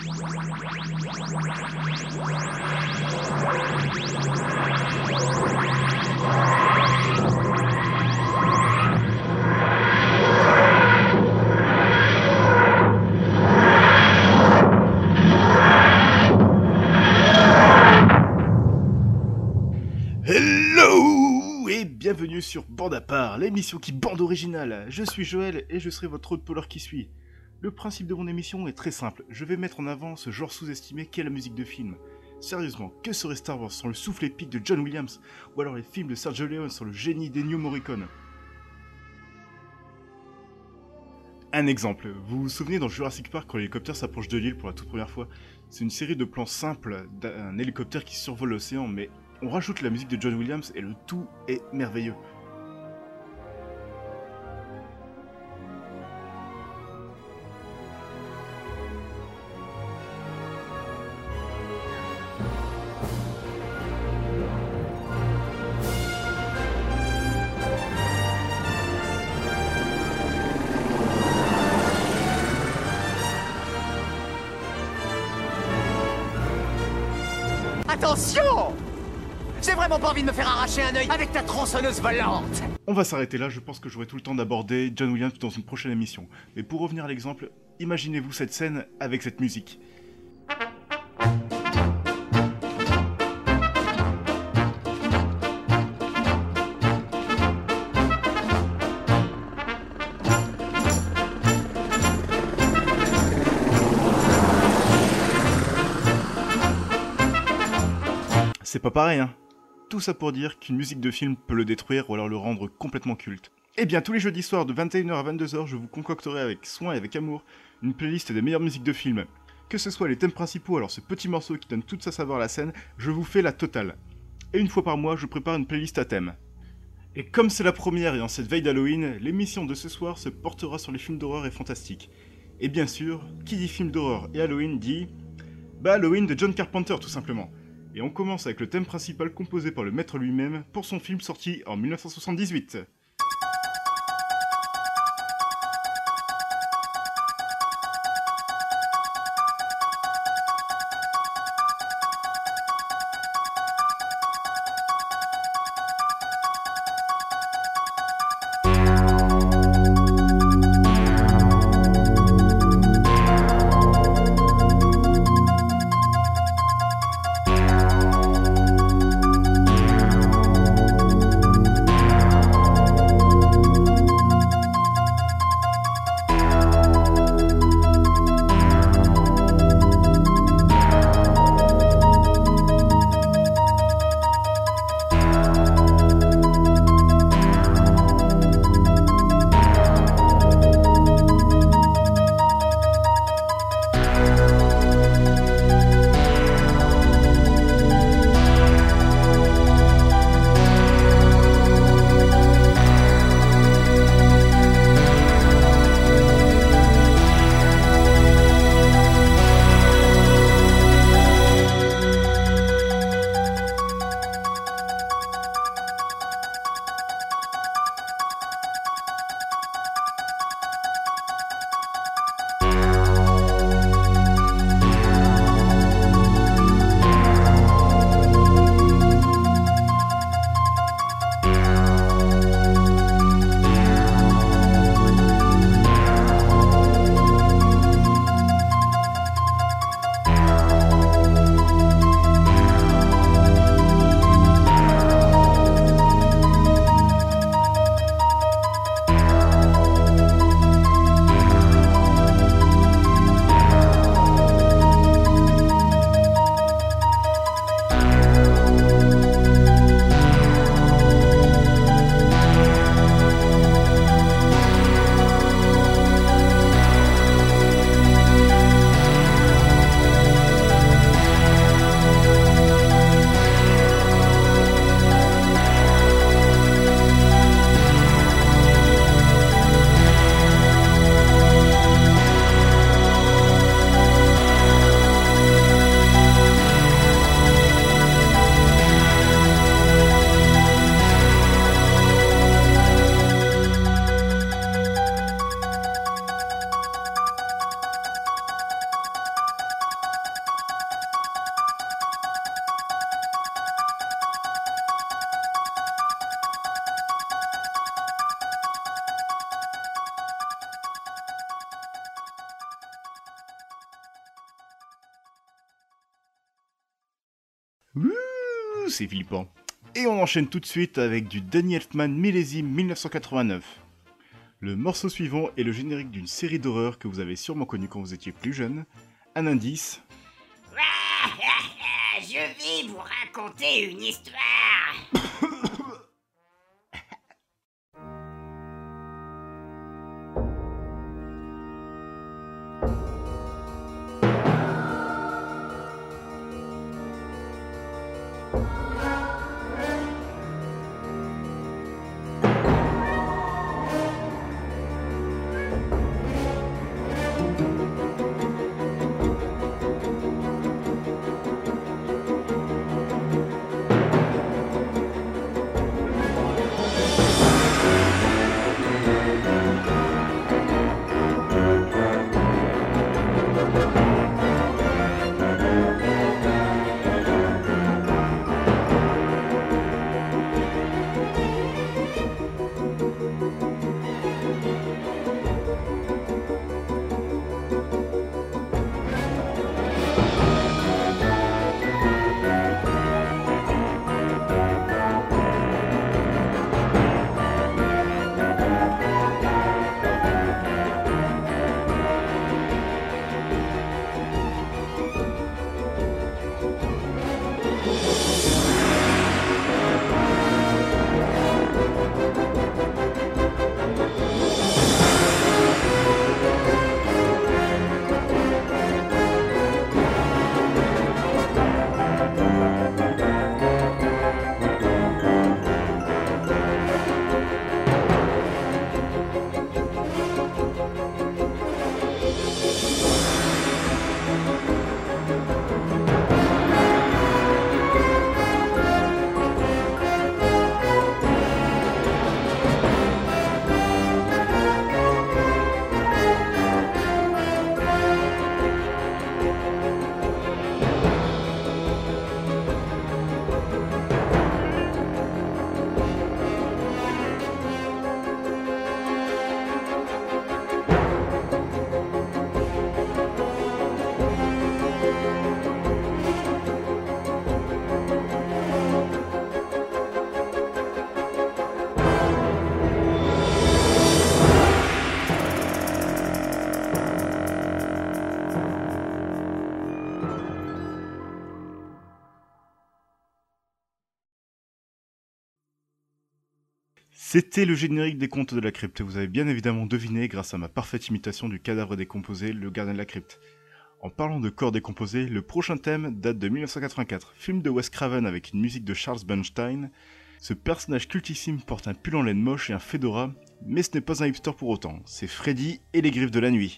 Hello et bienvenue sur Bande à part, l'émission qui bande originale. Je suis Joël et je serai votre hôte polar qui suit. Le principe de mon émission est très simple, je vais mettre en avant ce genre sous-estimé qu'est la musique de film. Sérieusement, que serait Star Wars sans le souffle épique de John Williams, ou alors les films de Sergio Leone sans le génie d'Ennio Morricone? Un exemple, vous vous souvenez dans Jurassic Park quand l'hélicoptère s'approche de l'île pour la toute première fois? C'est une série de plans simples d'un hélicoptère qui survole l'océan, mais on rajoute la musique de John Williams et le tout est merveilleux. Attention! J'ai vraiment pas envie de me faire arracher un œil avec ta tronçonneuse volante! On va s'arrêter là, je pense que j'aurai tout le temps d'aborder John Williams dans une prochaine émission. Mais pour revenir à l'exemple, imaginez-vous cette scène avec cette musique. C'est pas pareil, hein. Tout ça pour dire qu'une musique de film peut le détruire ou alors le rendre complètement culte. Eh bien, tous les jeudis soirs de 21h à 22h, je vous concocterai avec soin et avec amour une playlist des meilleures musiques de films. Que ce soit les thèmes principaux, alors ce petit morceau qui donne toute sa saveur à la scène, je vous fais la totale. Et une fois par mois, je prépare une playlist à thème. Et comme c'est la première et en cette veille d'Halloween, l'émission de ce soir se portera sur les films d'horreur et fantastiques. Et bien sûr, qui dit film d'horreur et Halloween dit... Halloween de John Carpenter tout simplement. Et on commence avec le thème principal composé par le maître lui-même pour son film sorti en 1978. Ouh, c'est flippant. Et on enchaîne tout de suite avec du Danny Elfman millésime 1989. Le morceau suivant est le générique d'une série d'horreur que vous avez sûrement connue quand vous étiez plus jeune. Un indice. Je vais vous raconter une histoire. C'était le générique des Contes de la Crypte, vous avez bien évidemment deviné grâce à ma parfaite imitation du cadavre décomposé, le gardien de la crypte. En parlant de corps décomposés, le prochain thème date de 1984, film de Wes Craven avec une musique de Charles Bernstein. Ce personnage cultissime porte un pull en laine moche et un fedora, mais ce n'est pas un hipster pour autant, c'est Freddy et les griffes de la nuit.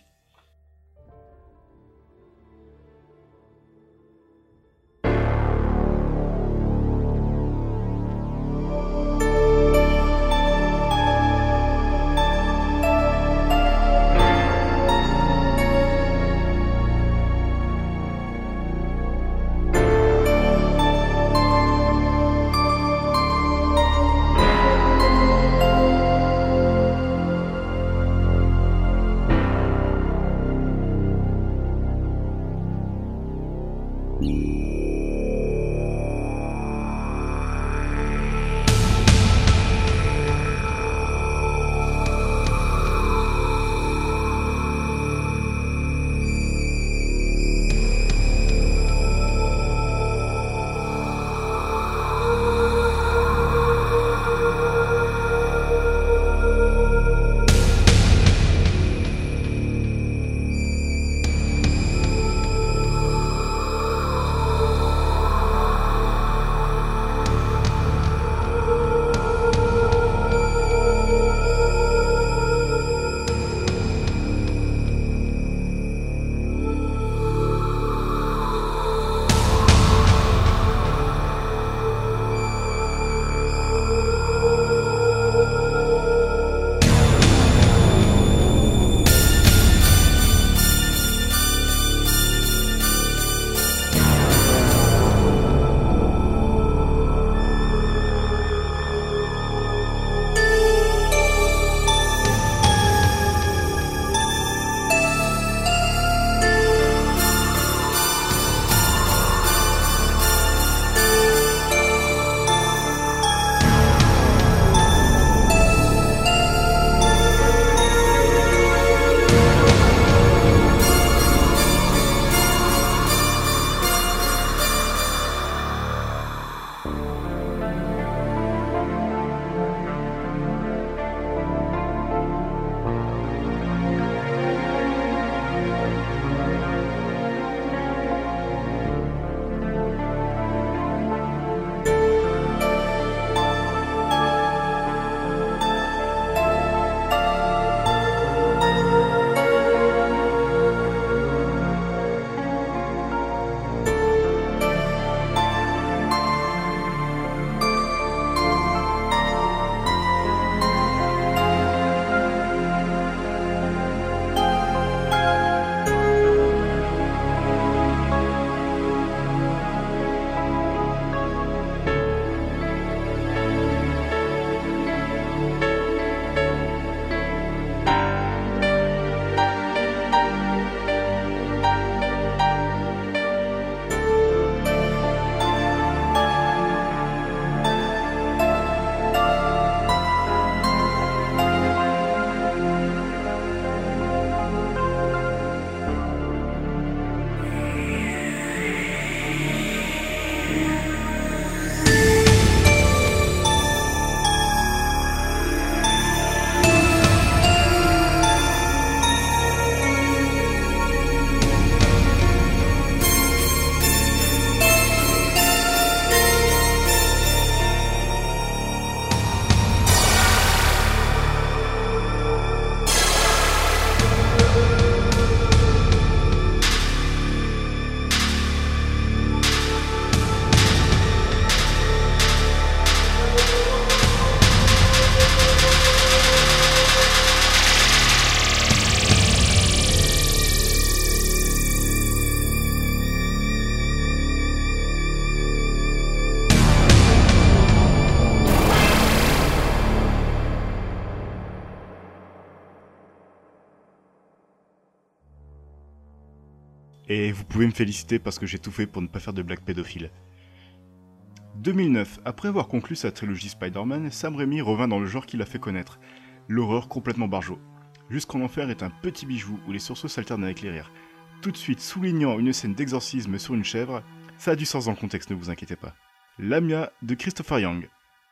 Et vous pouvez me féliciter parce que j'ai tout fait pour ne pas faire de blagues pédophiles. 2009, après avoir conclu sa trilogie Spider-Man, Sam Raimi revint dans le genre qu'il a fait connaître, l'horreur complètement barjot. Jusqu'en enfer est un petit bijou où les sursauts s'alternent avec les rires. Tout de suite soulignant une scène d'exorcisme sur une chèvre, ça a du sens dans le contexte, ne vous inquiétez pas. Lamia de Christopher Young.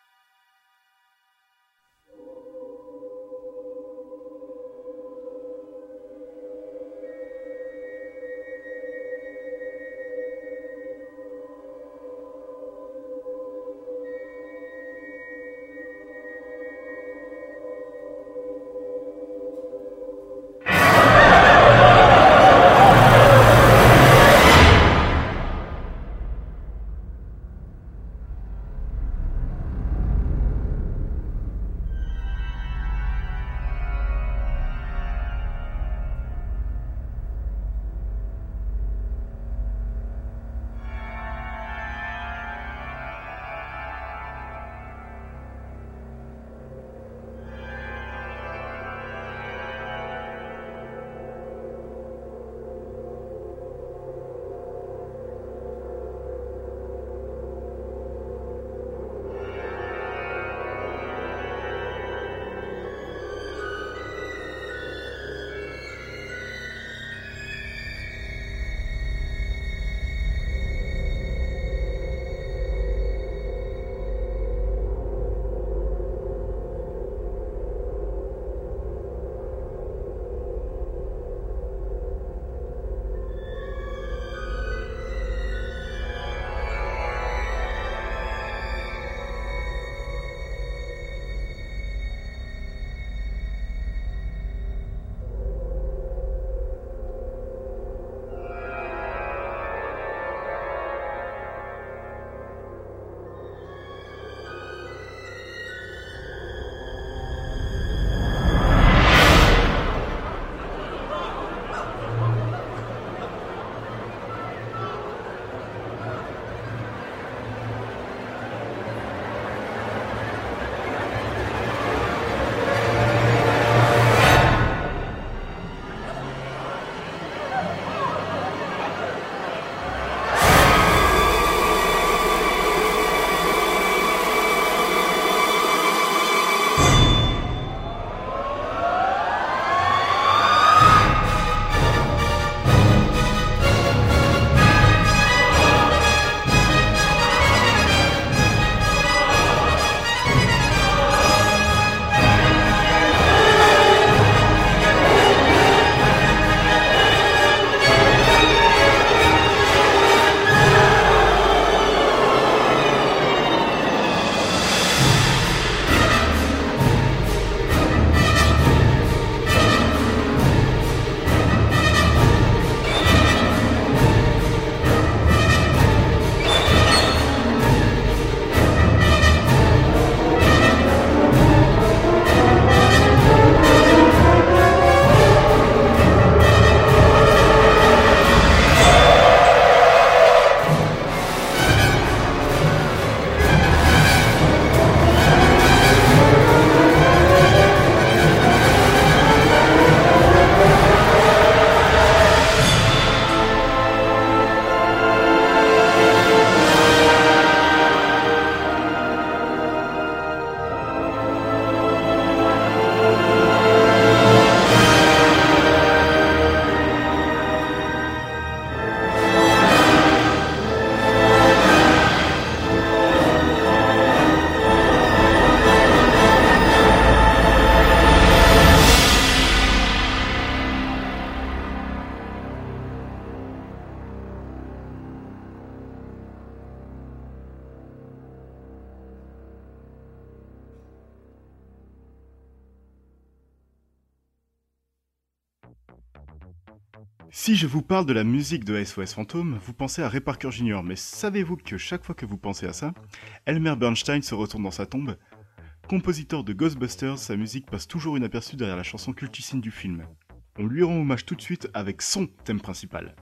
Si je vous parle de la musique de SOS Fantôme, vous pensez à Ray Parker Jr., mais savez-vous que chaque fois que vous pensez à ça, Elmer Bernstein se retourne dans sa tombe? Compositeur de Ghostbusters, sa musique passe toujours inaperçue derrière la chanson cultissime du film. On lui rend hommage tout de suite avec son thème principal.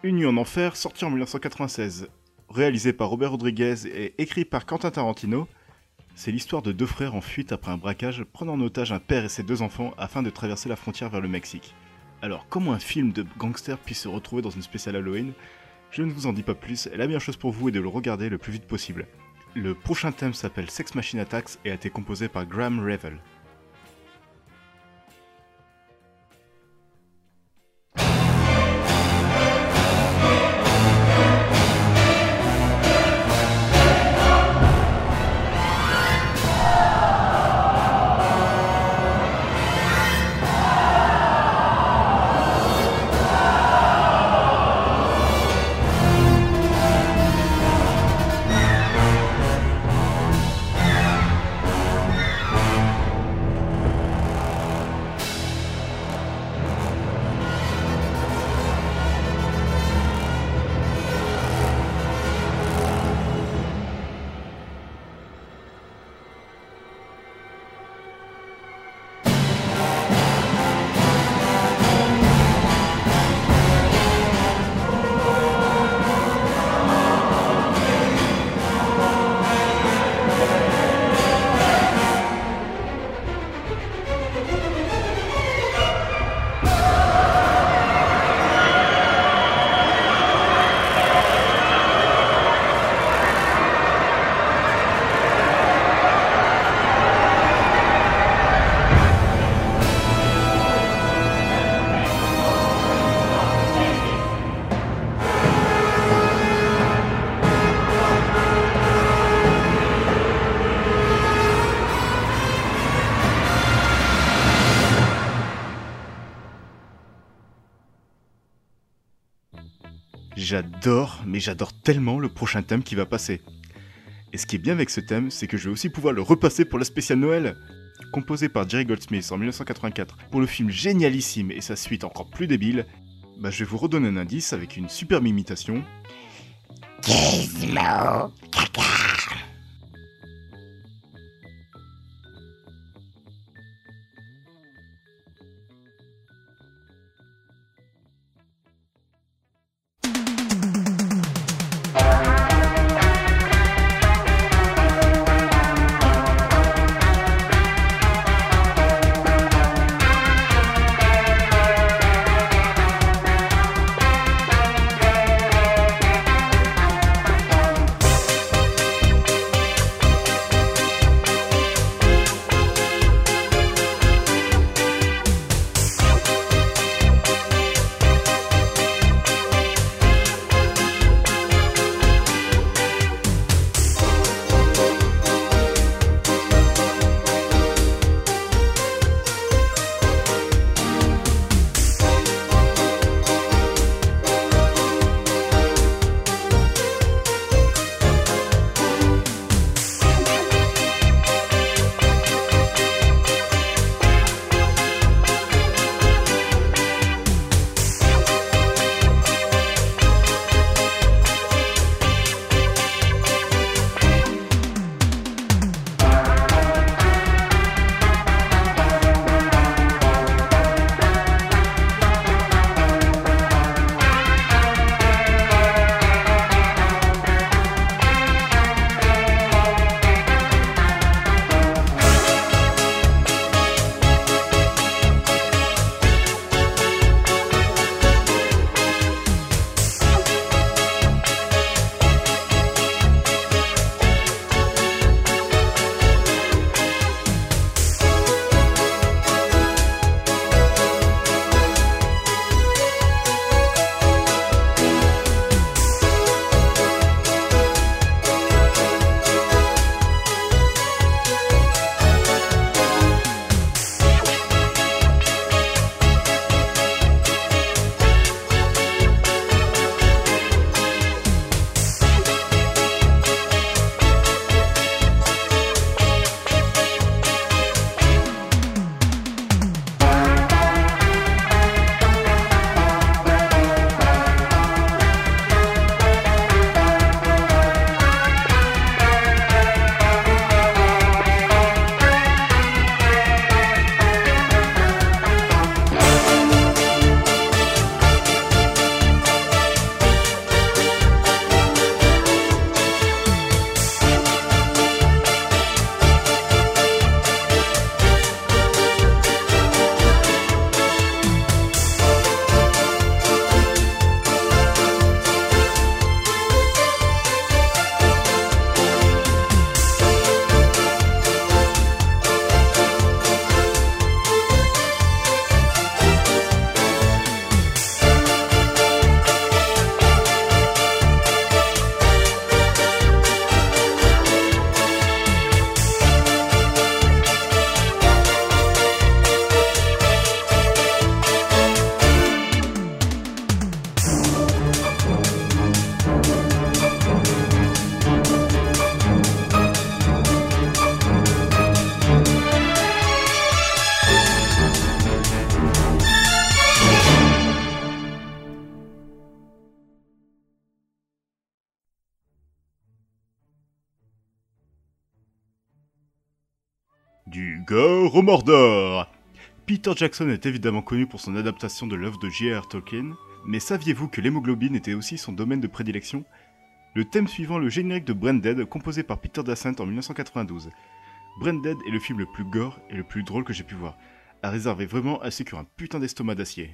Une nuit en enfer, sorti en 1996, réalisé par Robert Rodriguez et écrit par Quentin Tarantino, c'est l'histoire de deux frères en fuite après un braquage prenant en otage un père et ses deux enfants afin de traverser la frontière vers le Mexique. Alors comment un film de gangster puisse se retrouver dans une spéciale Halloween? Je ne vous en dis pas plus, la meilleure chose pour vous est de le regarder le plus vite possible. Le prochain thème s'appelle Sex Machine Attacks et a été composé par Graham Revell. J'adore tellement le prochain thème qui va passer. Et ce qui est bien avec ce thème, c'est que je vais aussi pouvoir le repasser pour la spéciale Noël. Composé par Jerry Goldsmith en 1984 pour le film génialissime et sa suite encore plus débile, je vais vous redonner un indice avec une superbe imitation. Gizmo Caca. Du gore au Mordor. Peter Jackson est évidemment connu pour son adaptation de l'œuvre de J.R.R. Tolkien, mais saviez-vous que l'hémoglobine était aussi son domaine de prédilection? Le thème suivant, le générique de Branded, composé par Peter Dasent en 1992. Branded est le film le plus gore et le plus drôle que j'ai pu voir, à réserver vraiment à ceux qui ont un putain d'estomac d'acier.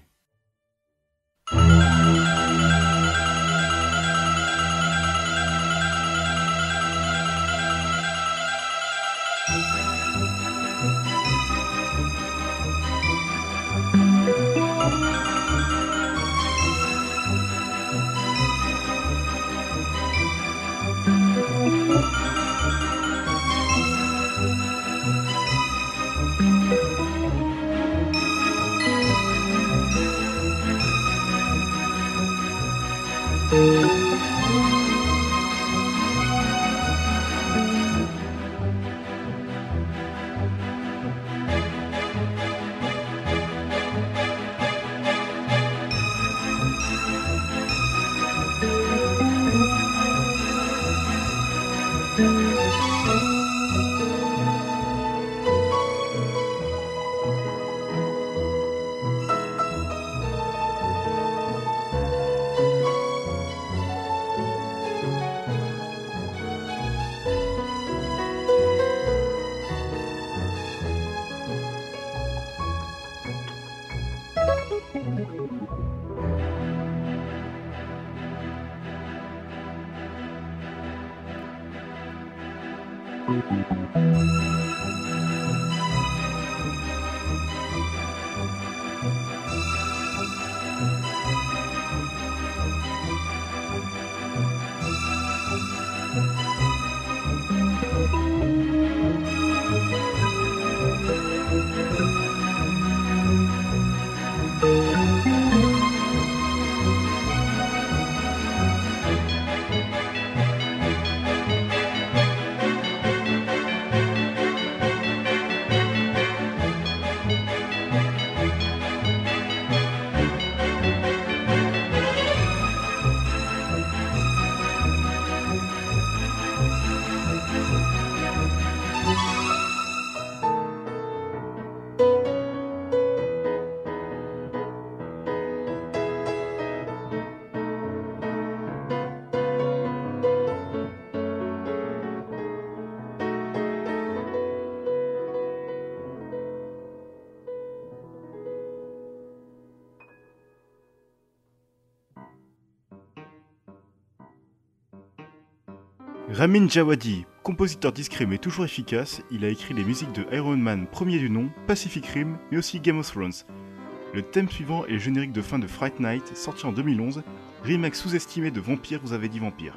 Ramin Djawadi, compositeur discret mais toujours efficace, il a écrit les musiques de Iron Man premier du nom, Pacific Rim, mais aussi Game of Thrones. Le thème suivant est le générique de fin de Fright Night, sorti en 2011, remake sous-estimé de Vampire vous avez dit Vampire.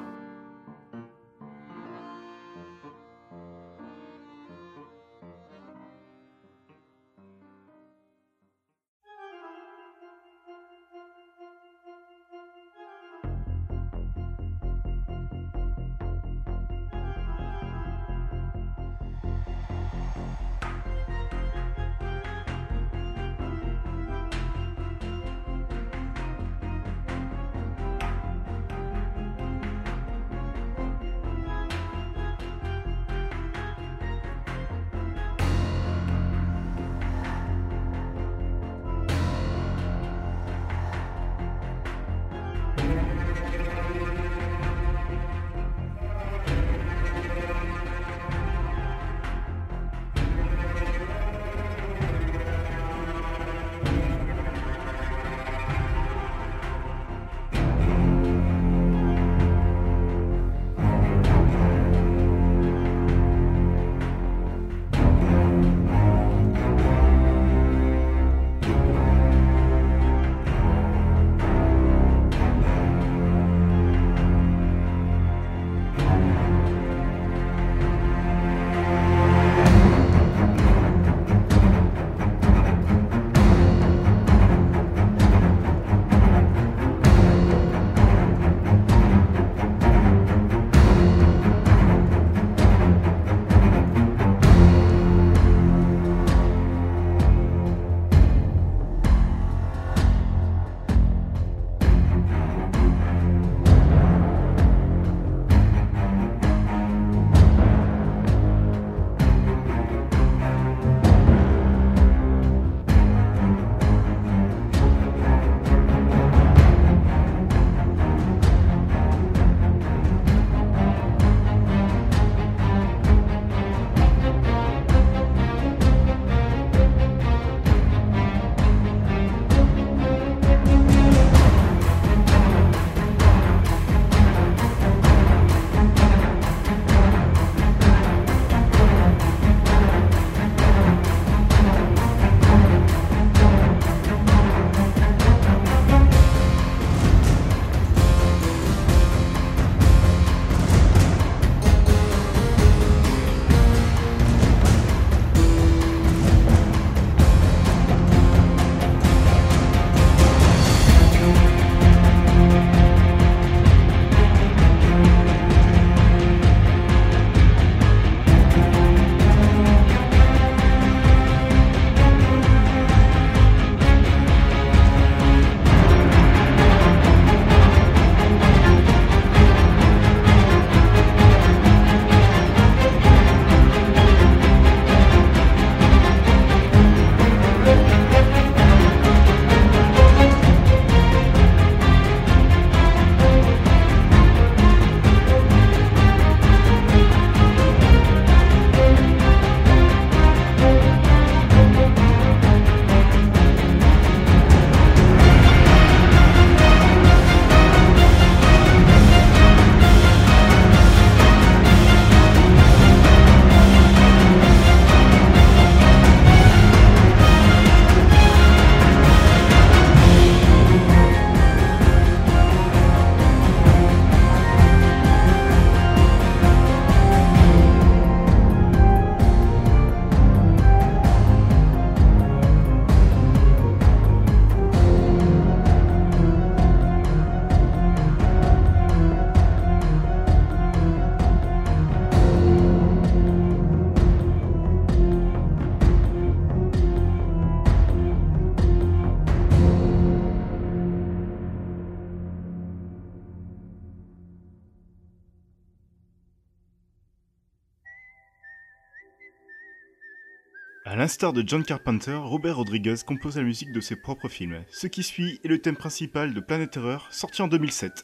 A l'instar de John Carpenter, Robert Rodriguez compose la musique de ses propres films. Ce qui suit est le thème principal de Planète Terreur, sorti en 2007.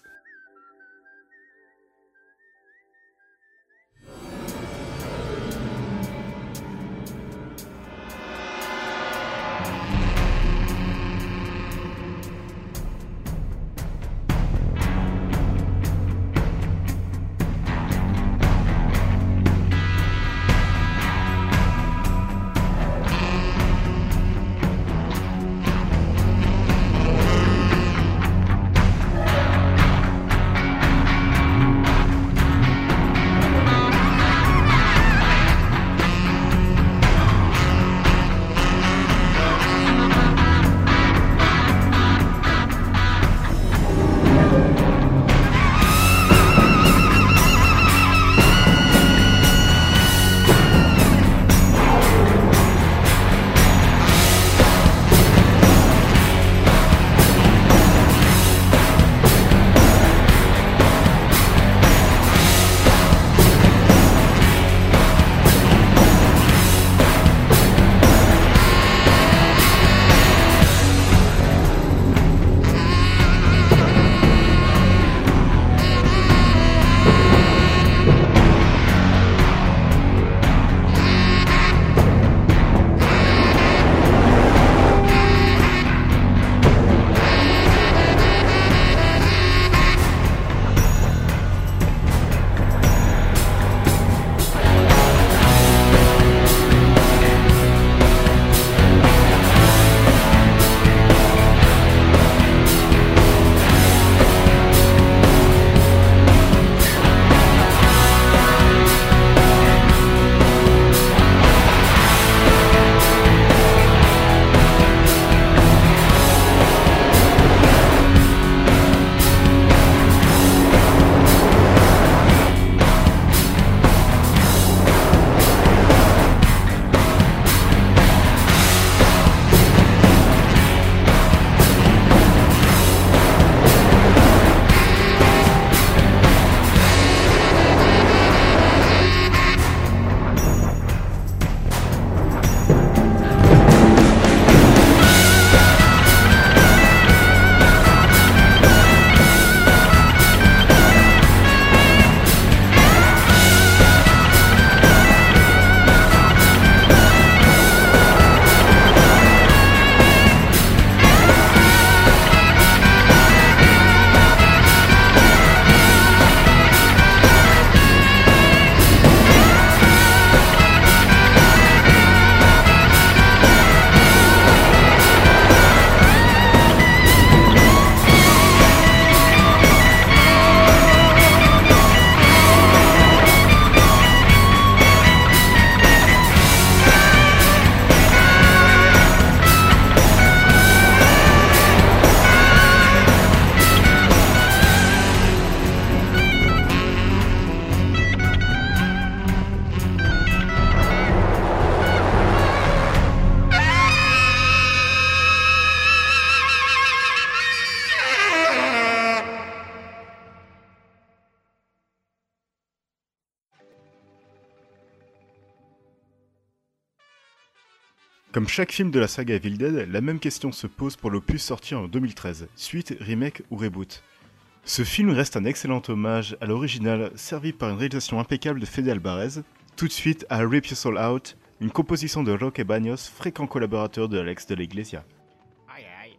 Comme chaque film de la saga Evil Dead, la même question se pose pour l'opus sorti en 2013, suite, remake ou reboot. Ce film reste un excellent hommage à l'original, servi par une réalisation impeccable de Fede Alvarez. Tout de suite à Rip Your Soul Out, une composition de Roque Baños, fréquent collaborateur de Alex de la Iglesia. Aïe aïe.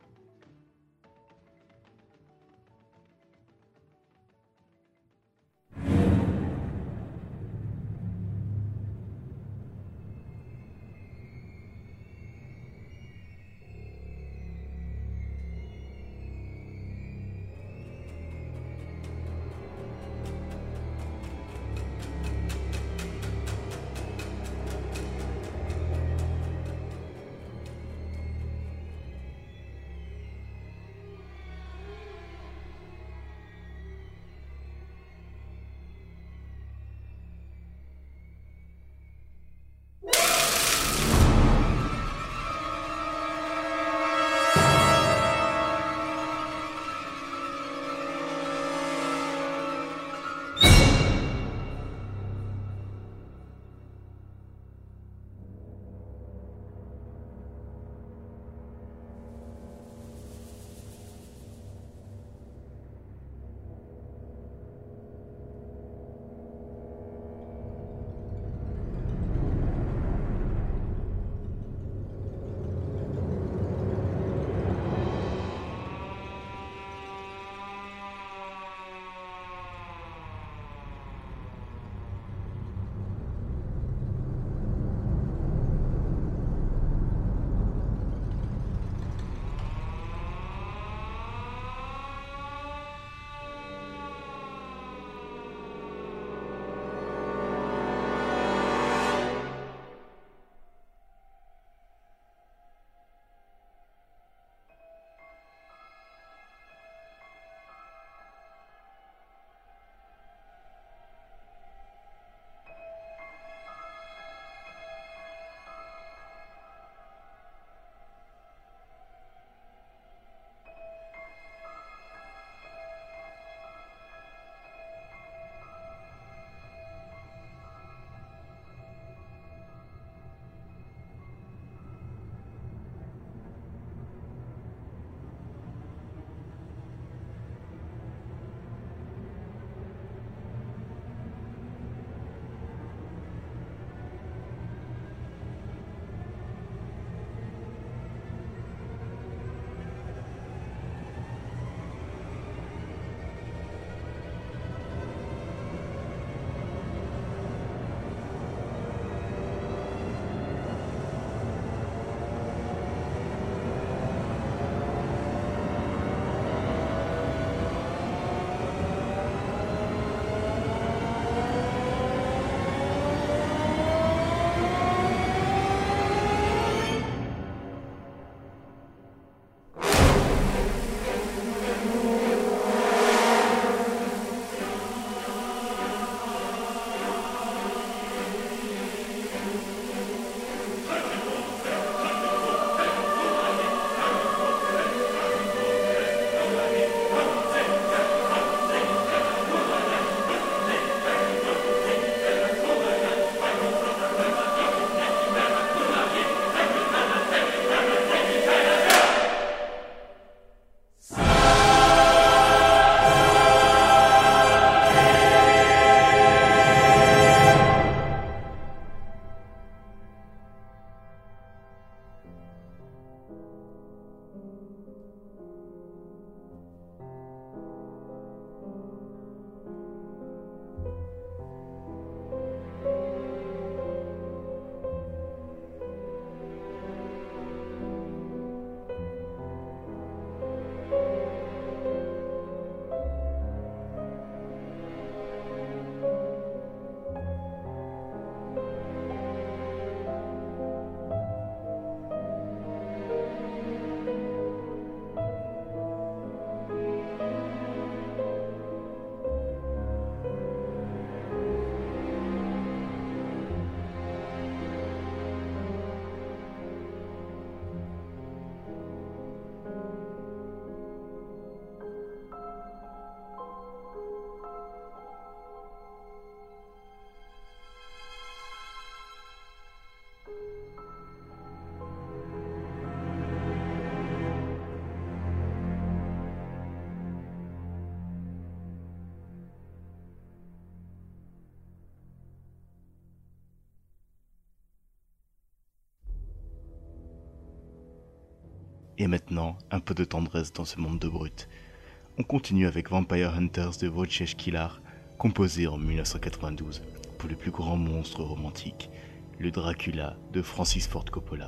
Et maintenant, un peu de tendresse dans ce monde de brutes. On continue avec Vampire Hunters de Wojciech Kilar, composé en 1992 pour le plus grand monstre romantique, le Dracula de Francis Ford Coppola.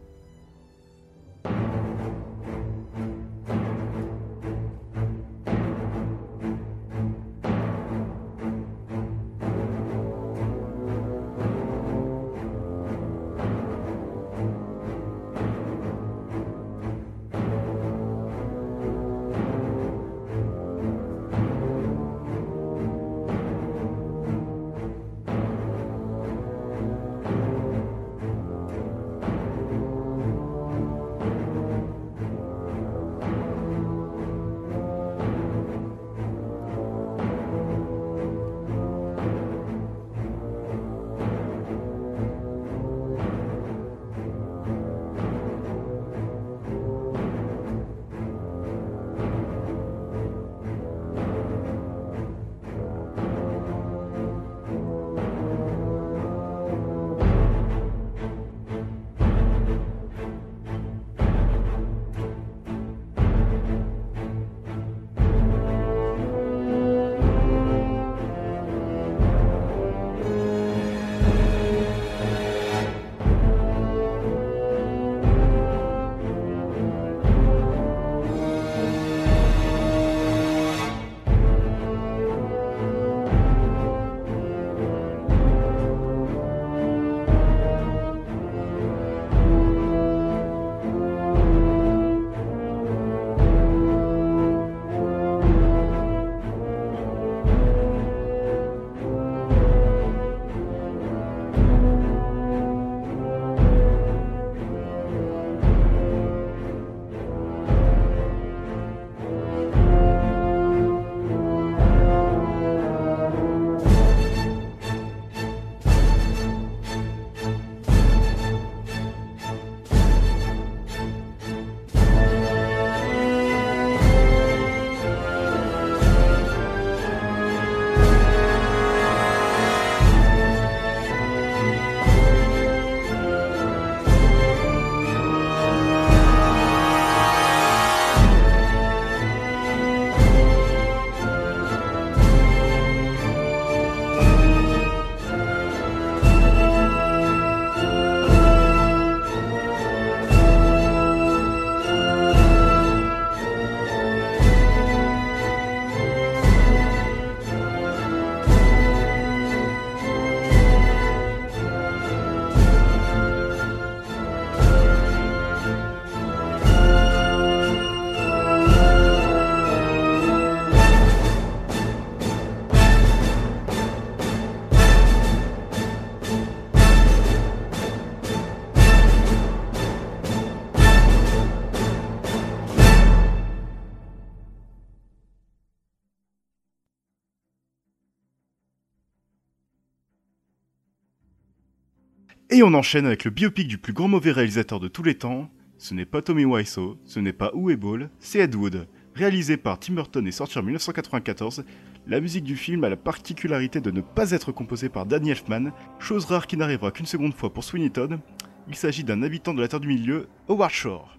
Et on enchaîne avec le biopic du plus grand mauvais réalisateur de tous les temps. Ce n'est pas Tommy Wiseau, ce n'est pas Uwe Boll, c'est Ed Wood. Réalisé par Tim Burton et sorti en 1994, la musique du film a la particularité de ne pas être composée par Danny Elfman, chose rare qui n'arrivera qu'une seconde fois pour Sweeney Todd. Il s'agit d'un habitant de la Terre du Milieu, Howard Shore.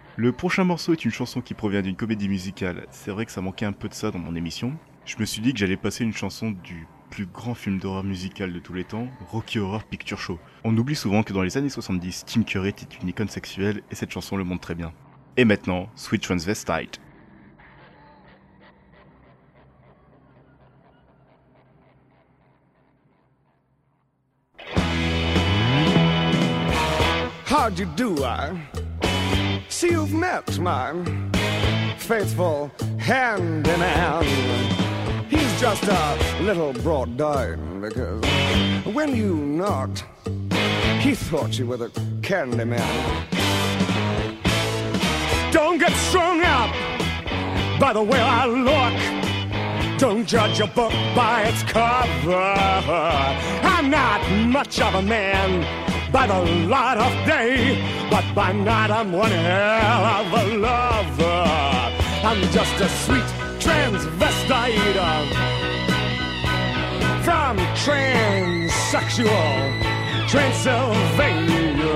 Le prochain morceau est une chanson qui provient d'une comédie musicale. C'est vrai que ça manquait un peu de ça dans mon émission. Je me suis dit que j'allais passer une chanson du plus grand film d'horreur musical de tous les temps, Rocky Horror Picture Show. On oublie souvent que dans les années 70, Tim Curry était une icône sexuelle et cette chanson le montre très bien. Et maintenant, Sweet Transvestite. How'd you do, I see you've met my faithful hand-in-hand. He's just a little brought down because when you knocked, he thought you were the candy man. Don't get strung up by the way I look. Don't judge a book by its cover. I'm not much of a man by the light of day, but by night I'm one hell of a lover. I'm just a sweet transvestite from transsexual Transylvania.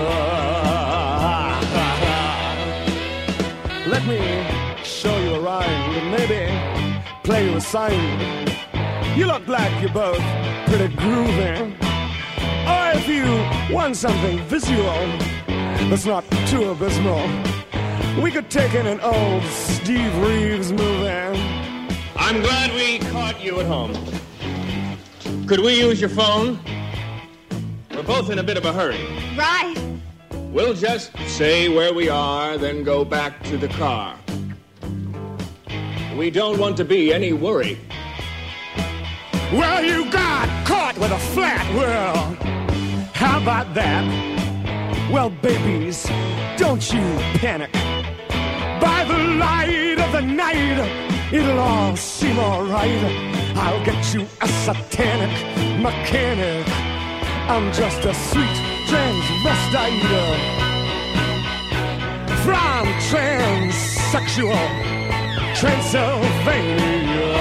Let me show you a rhyme and maybe play you a sign. You look like you're both pretty groovy. Or if you want something visual that's not too abysmal, we could take in an old Steve Reeves movie. I'm glad we caught you at home. Could we use your phone? We're both in a bit of a hurry. Right. We'll just say where we are, then go back to the car. We don't want to be any worry. Well, you got caught with a flat world. How about that? Well, babies, don't you panic. By the light of the night, it'll all seem alright. I'll get you a satanic mechanic. I'm just a sweet transvestite from transsexual Transylvania.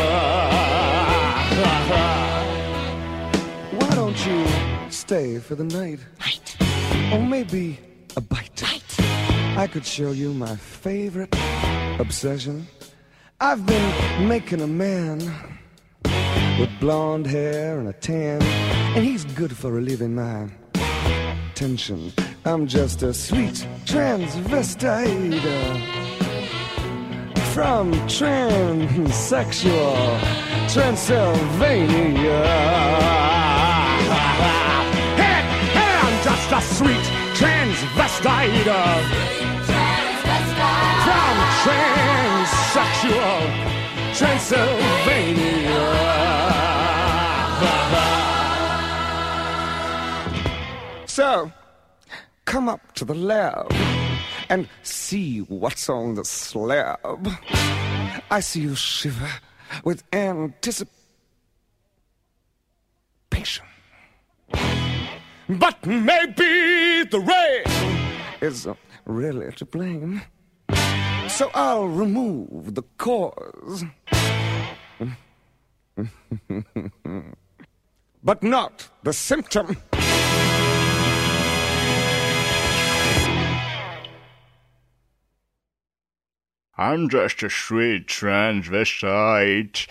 Why don't you stay for the night? Night. Or maybe a bite. Night. I could show you my favorite obsession. I've been making a man with blonde hair and a tan, and he's good for relieving my tension. I'm just a sweet transvestite from transsexual Transylvania. Hey, I'm just a sweet transvestite from transsexual Transylvania. So, come up to the lab and see what's on the slab. I see you shiver with anticipation. But maybe the rain is really to blame. So I'll remove the cause. But not the symptom. I'm just a sweet transvestite.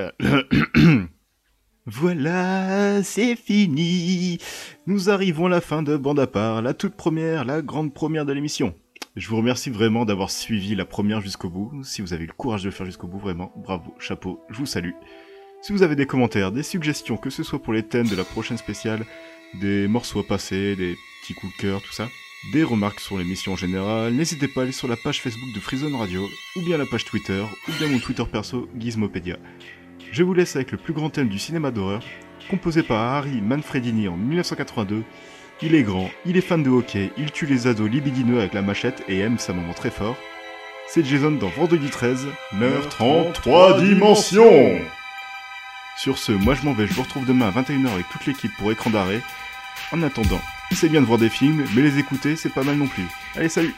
Voilà, c'est fini. Nous arrivons à la fin de Bande à part, la toute première, la grande première de l'émission. Je vous remercie vraiment d'avoir suivi la première jusqu'au bout. Si vous avez eu le courage de le faire jusqu'au bout, vraiment, bravo, chapeau, je vous salue. Si vous avez des commentaires, des suggestions, que ce soit pour les thèmes de la prochaine spéciale, des morceaux à passer, des petits coups de cœur, tout ça, des remarques sur l'émission en général, n'hésitez pas à aller sur la page Facebook de Freezone Radio, ou bien la page Twitter, ou bien mon Twitter perso, Gizmopedia. Je vous laisse avec le plus grand thème du cinéma d'horreur, composé par Harry Manfredini en 1982. Il est grand, il est fan de hockey, il tue les ados libidineux avec la machette et aime sa maman très fort. C'est Jason dans Vendredi 13, meurtre en 3 dimensions. Sur ce, moi je m'en vais, je vous retrouve demain à 21h avec toute l'équipe pour Écran d'arrêt. En attendant, c'est bien de voir des films, mais les écouter c'est pas mal non plus. Allez, salut!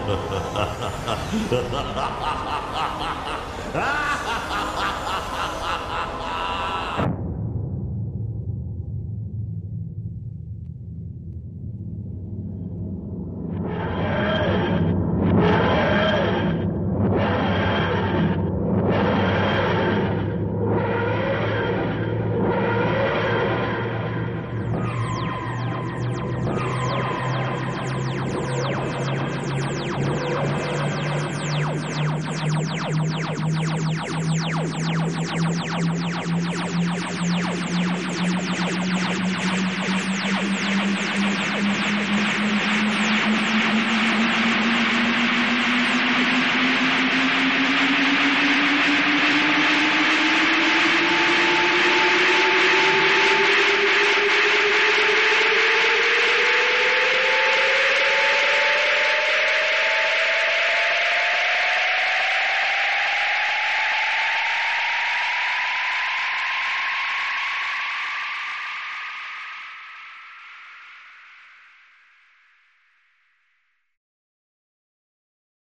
Ha ha ha ha!